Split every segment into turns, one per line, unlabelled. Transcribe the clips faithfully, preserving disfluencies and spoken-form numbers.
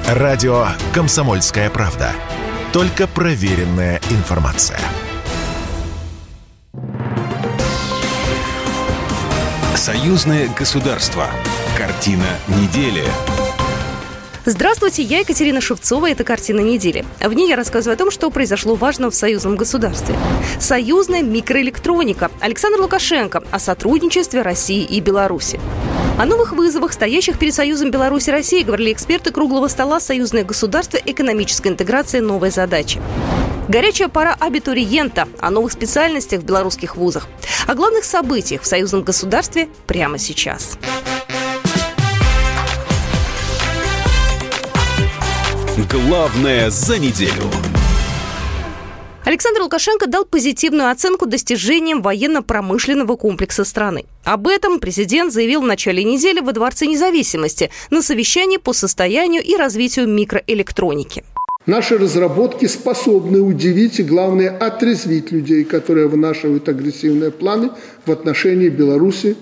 Радио «Комсомольская правда». Только проверенная информация. Союзное государство. Картина недели.
Здравствуйте, я Екатерина Шевцова, это «Картина недели». В ней я рассказываю о том, что произошло важного в союзном государстве. Союзная микроэлектроника. Александр Лукашенко о сотрудничестве России и Беларуси. О новых вызовах, стоящих перед Союзом Беларуси и России, говорили эксперты круглого стола «Союзное государство. Экономическая интеграция. Новые задачи». Горячая пора абитуриента, о новых специальностях в белорусских вузах, о главных событиях в союзном государстве прямо сейчас.
Главное за неделю.
Александр Лукашенко дал позитивную оценку достижениям военно-промышленного комплекса страны. Об этом президент заявил в начале недели во Дворце независимости на совещании по состоянию и развитию микроэлектроники.
Наши разработки способны удивить и, главное, отрезвить людей, которые вынашивают агрессивные планы в отношении Беларуси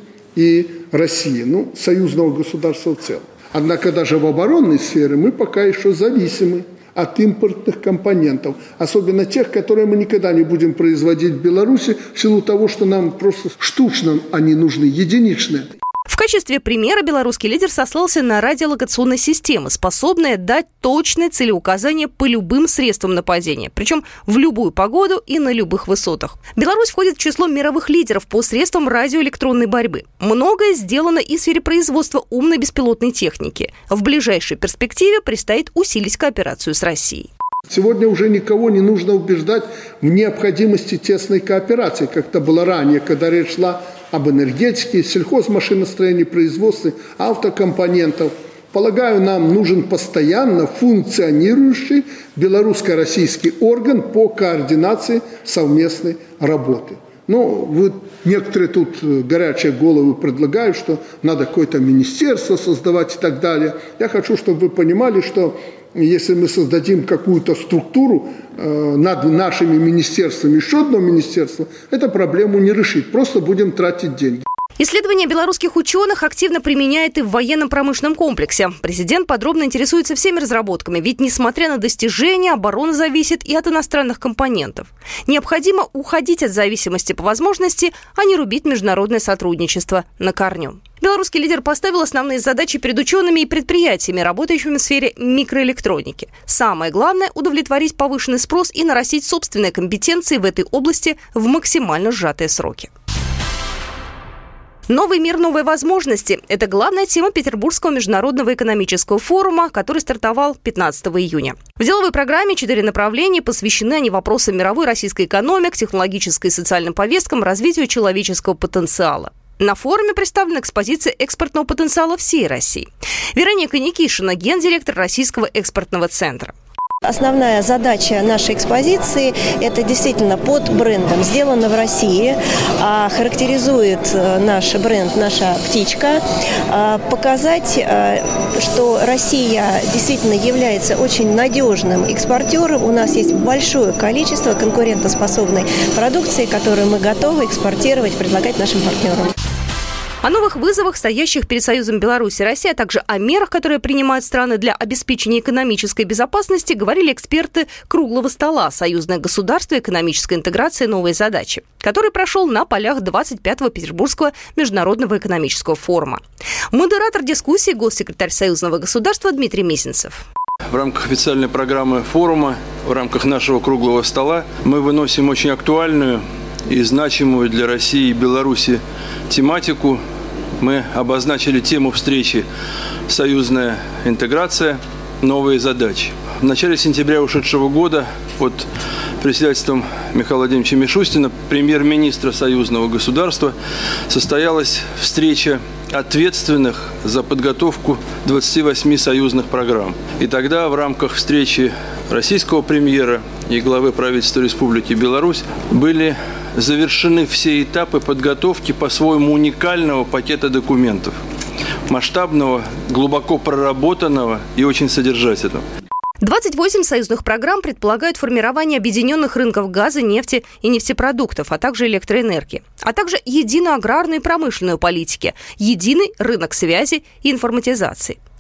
и России, ну, союзного государства в целом. Однако даже в оборонной сфере мы пока еще зависимы от импортных компонентов, особенно тех, которые мы никогда не будем производить в Беларуси в силу того, что нам просто штучно они нужны, единичные.
В качестве примера белорусский лидер сослался на радиолокационные системы, способные дать точное целеуказание по любым средствам нападения, причем в любую погоду и на любых высотах. Беларусь входит в число мировых лидеров по средствам радиоэлектронной борьбы. Многое сделано и в сфере производства умной беспилотной техники. В ближайшей перспективе предстоит усилить кооперацию с Россией.
Сегодня уже никого не нужно убеждать в необходимости тесной кооперации, как это было ранее, когда речь шла об энергетике, сельхозмашиностроении, производстве автокомпонентов. Полагаю, нам нужен постоянно функционирующий белорусско-российский орган по координации совместной работы. Ну, вот некоторые тут горячие головы предлагают, что надо какое-то министерство создавать и так далее. Я хочу, чтобы вы понимали, что если мы создадим какую-то структуру э, над нашими министерствами, еще одно министерство, эта проблему не решит. Просто будем тратить деньги.
Исследования белорусских ученых активно применяют и в военно-промышленном комплексе. Президент подробно интересуется всеми разработками, ведь, несмотря на достижения, оборона зависит и от иностранных компонентов. Необходимо уходить от зависимости по возможности, а не рубить международное сотрудничество на корню. Белорусский лидер поставил основные задачи перед учеными и предприятиями, работающими в сфере микроэлектроники. Самое главное – удовлетворить повышенный спрос и нарастить собственные компетенции в этой области в максимально сжатые сроки. Новый мир, новые возможности – это главная тема Петербургского международного экономического форума, который стартовал пятнадцатого июня. В деловой программе четыре направления посвящены они вопросам мировой российской экономики, технологической и социальным повесткам, развитию человеческого потенциала. На форуме представлена экспозиция экспортного потенциала всей России. Вероника Никишина, гендиректор Российского экспортного центра.
Основная задача нашей экспозиции – это действительно под брендом «Сделано в России», характеризует наш бренд «Наша птичка», показать, что Россия действительно является очень надежным экспортером. У нас есть большое количество конкурентоспособной продукции, которую мы готовы экспортировать, предлагать нашим партнерам.
О новых вызовах, стоящих перед Союзом Беларуси и России, а также о мерах, которые принимают страны для обеспечения экономической безопасности, говорили эксперты круглого стола «Союзное государство. Экономическая интеграция. Новые задачи», который прошел на полях двадцать пятого Петербургского международного экономического форума. Модератор дискуссии – госсекретарь Союзного государства Дмитрий Мезенцев.
В рамках официальной программы форума, в рамках нашего круглого стола, мы выносим очень актуальную и значимую для России и Беларуси тематику. Мы обозначили тему встречи «Союзная интеграция. Новые задачи». В начале сентября ушедшего года под председательством Михаила Владимировича Мишустина, премьер-министра союзного государства, состоялась встреча ответственных за подготовку двадцати восьми союзных программ. И тогда в рамках встречи российского премьера и главы правительства Республики Беларусь были завершены все этапы подготовки по-своему уникального пакета документов. Масштабного, глубоко проработанного и очень содержательного.
двадцать восемь союзных программ предполагают формирование объединенных рынков газа, нефти и нефтепродуктов, а также электроэнергии, а также единую аграрную и промышленную политики, единый рынок связи и информатизации.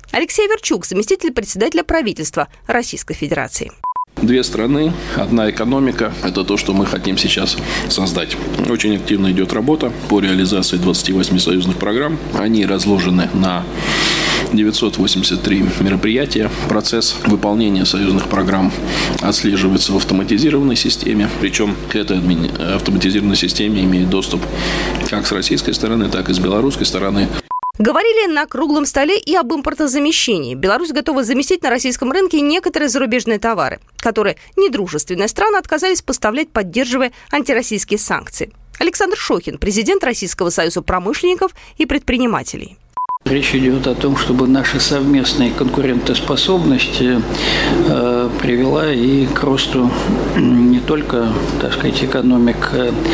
Алексей Верчук, заместитель председателя правительства Российской Федерации.
Две страны, одна экономика – это то, что мы хотим сейчас создать. Очень активно идет работа по реализации двадцати восьми союзных программ. Они разложены на девятьсот восемьдесят три мероприятия. Процесс выполнения союзных программ отслеживается в автоматизированной системе. Причем к этой автоматизированной системе имеет доступ как с российской стороны, так и с белорусской стороны.
Говорили на круглом столе и об импортозамещении. Беларусь готова заместить на российском рынке некоторые зарубежные товары, которые недружественные страны отказались поставлять, поддерживая антироссийские санкции. Александр Шохин, президент Российского союза промышленников и предпринимателей.
Речь идет о том, чтобы наша совместная конкурентоспособность э, привела и к росту не только, так сказать, экономик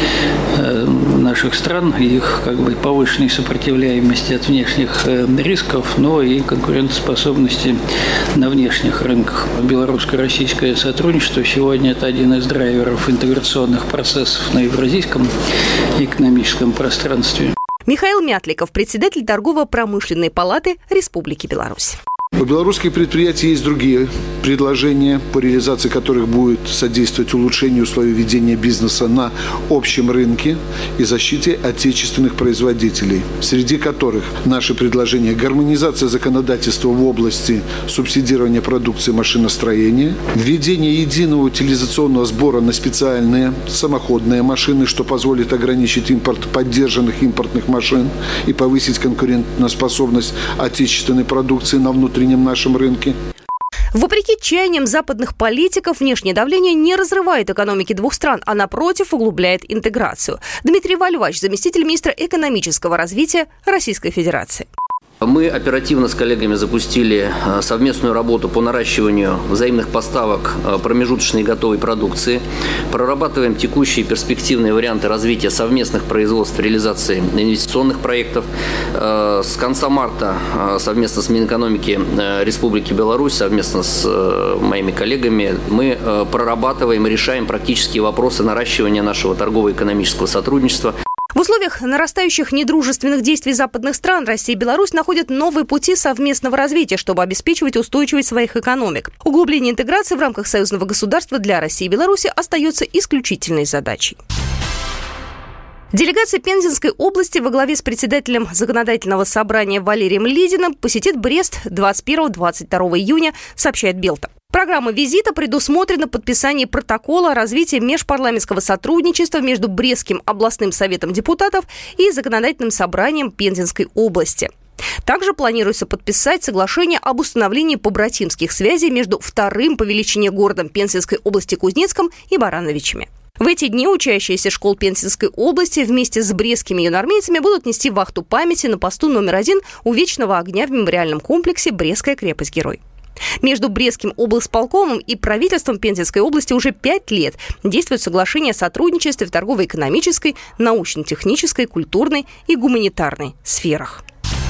э, наших стран, их как бы повышенной сопротивляемости от внешних э, рисков, но и конкурентоспособности на внешних рынках. Белорусско-российское сотрудничество сегодня это один из драйверов интеграционных процессов на евразийском экономическом пространстве.
Михаил Мятликов, председатель торгово-промышленной палаты Республики Беларусь.
У белорусских предприятий есть другие предложения, по реализации которых будет содействовать улучшению условий ведения бизнеса на общем рынке и защите отечественных производителей, среди которых наши предложения: гармонизация законодательства в области субсидирования продукции машиностроения, введение единого утилизационного сбора на специальные самоходные машины, что позволит ограничить импорт поддержанных импортных машин и повысить конкурентоспособность отечественной продукции на внутреннем нашем рынке.
Вопреки чаяниям западных политиков, внешнее давление не разрывает экономики двух стран, а напротив углубляет интеграцию. Дмитрий Вальвач, заместитель министра экономического развития Российской Федерации.
Мы оперативно с коллегами запустили совместную работу по наращиванию взаимных поставок промежуточной готовой продукции. Прорабатываем текущие перспективные варианты развития совместных производств и реализации инвестиционных проектов. С конца марта совместно с Минэкономики Республики Беларусь, совместно с моими коллегами, мы прорабатываем и решаем практические вопросы наращивания нашего торгово-экономического сотрудничества.
В условиях нарастающих недружественных действий западных стран Россия и Беларусь находят новые пути совместного развития, чтобы обеспечивать устойчивость своих экономик. Углубление интеграции в рамках союзного государства для России и Беларуси остается исключительной задачей. Делегация Пензенской области во главе с председателем Законодательного собрания Валерием Лидиным посетит Брест двадцать первого - двадцать второго июня, сообщает Белта. Программа визита предусмотрена подписание протокола о развитии межпарламентского сотрудничества между Брестским областным советом депутатов и Законодательным собранием Пензенской области. Также планируется подписать соглашение об установлении побратимских связей между вторым по величине городом Пензенской области Кузнецком и Барановичами. В эти дни учащиеся школ Пензенской области вместе с брестскими юноармейцами будут нести вахту памяти на посту номер один у Вечного огня в мемориальном комплексе «Брестская крепость-герой». Между Брестским облсполкомом и правительством Пензенской области уже пять лет действует соглашение о сотрудничестве в торгово-экономической, научно-технической, культурной и гуманитарной сферах.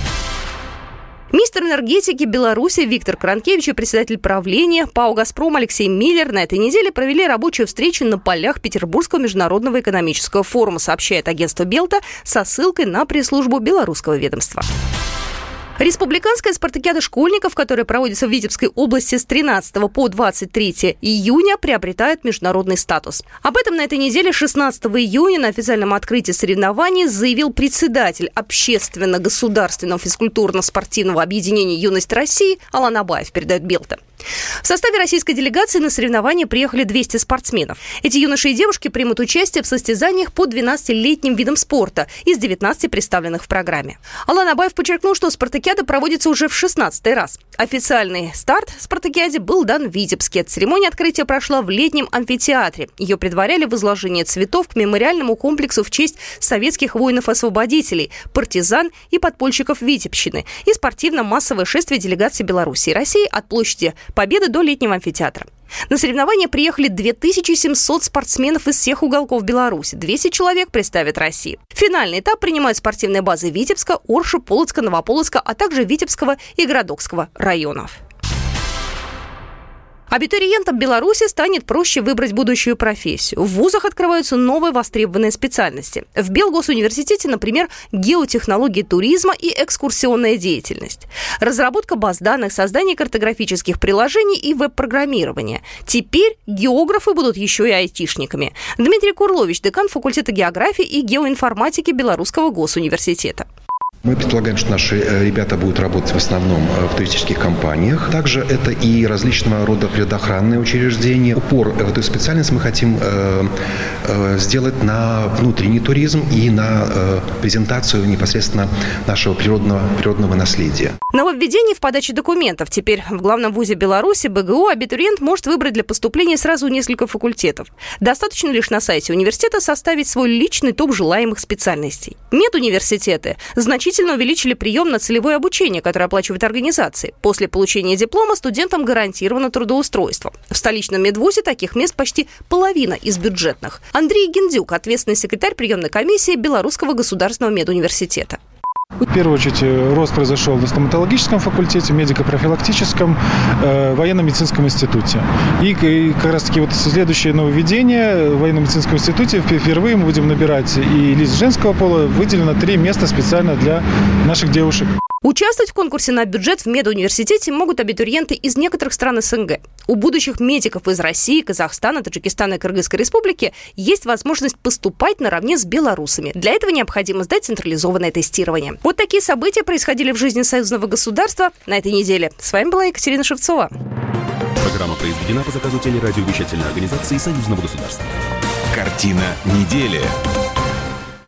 Министр энергетики Беларуси Виктор Кранкевич и председатель правления ПАО «Газпром» Алексей Миллер на этой неделе провели рабочую встречу на полях Петербургского международного экономического форума, сообщает агентство «Белта» со ссылкой на пресс-службу белорусского ведомства. Республиканская спартакиада школьников, которая проводится в Витебской области с тринадцатого по двадцать третье июня, приобретает международный статус. Об этом на этой неделе шестнадцатого июня на официальном открытии соревнований заявил председатель Общественно-государственного физкультурно-спортивного объединения «Юность России» Алан Абаев, передает Белта. В составе российской делегации на соревнования приехали двести спортсменов. Эти юноши и девушки примут участие в состязаниях по двенадцатилетним видам спорта из девятнадцати представленных в программе. Алан Абаев подчеркнул, что спартакиада проводится уже в шестнадцатый раз. Официальный старт спартакиаде был дан в Витебске. Церемония открытия прошла в летнем амфитеатре. Ее предваряли возложение цветов к мемориальному комплексу в честь советских воинов-освободителей, партизан и подпольщиков Витебщины и спортивно-массовое шествие делегаций Беларуси и России от площади Победы до летнего амфитеатра. На соревнования приехали две тысячи семьсот спортсменов из всех уголков Беларуси. двести человек представят Россию. Финальный этап принимают спортивные базы Витебска, Орша, Полоцка, Новополоцка, а также Витебского и Городокского районов. Абитуриентам Беларуси станет проще выбрать будущую профессию. В вузах открываются новые востребованные специальности. В Белгосуниверситете, например, геотехнологии туризма и экскурсионная деятельность. Разработка баз данных, создание картографических приложений и веб-программирование. Теперь географы будут еще и айтишниками. Дмитрий Курлович, декан факультета географии и геоинформатики Белорусского госуниверситета.
Мы предполагаем, что наши ребята будут работать в основном в туристических компаниях. Также это и различного рода природоохранные учреждения. Упор в эту специальность мы хотим э, э, сделать на внутренний туризм и на э, презентацию непосредственно нашего природного, природного наследия.
Нововведение в подаче документов. Теперь в главном вузе Беларуси, БГУ, абитуриент может выбрать для поступления сразу несколько факультетов. Достаточно лишь на сайте университета составить свой личный топ желаемых специальностей. Медуниверситеты значительно увеличили прием на целевое обучение, которое оплачивают организации. После получения диплома студентам гарантировано трудоустройство. В столичном медвузе таких мест почти половина из бюджетных. Андрей Гендюк, ответственный секретарь приемной комиссии Белорусского государственного медуниверситета.
В первую очередь рост произошел на стоматологическом факультете, медико-профилактическом, э, военно-медицинском институте. И, и как раз таки вот следующее нововведение: в военно-медицинском институте впервые мы будем набирать и лиц женского пола. Выделено три места специально для наших девушек.
Участвовать в конкурсе на бюджет в медуниверситете могут абитуриенты из некоторых стран СНГ. У будущих медиков из России, Казахстана, Таджикистана и Кыргызской республики есть возможность поступать наравне с белорусами. Для этого необходимо сдать централизованное тестирование. Вот такие события происходили в жизни союзного государства на этой неделе. С вами была Екатерина Шевцова.
Программа произведена по заказу телерадиовещательной организации союзного государства. Картина недели.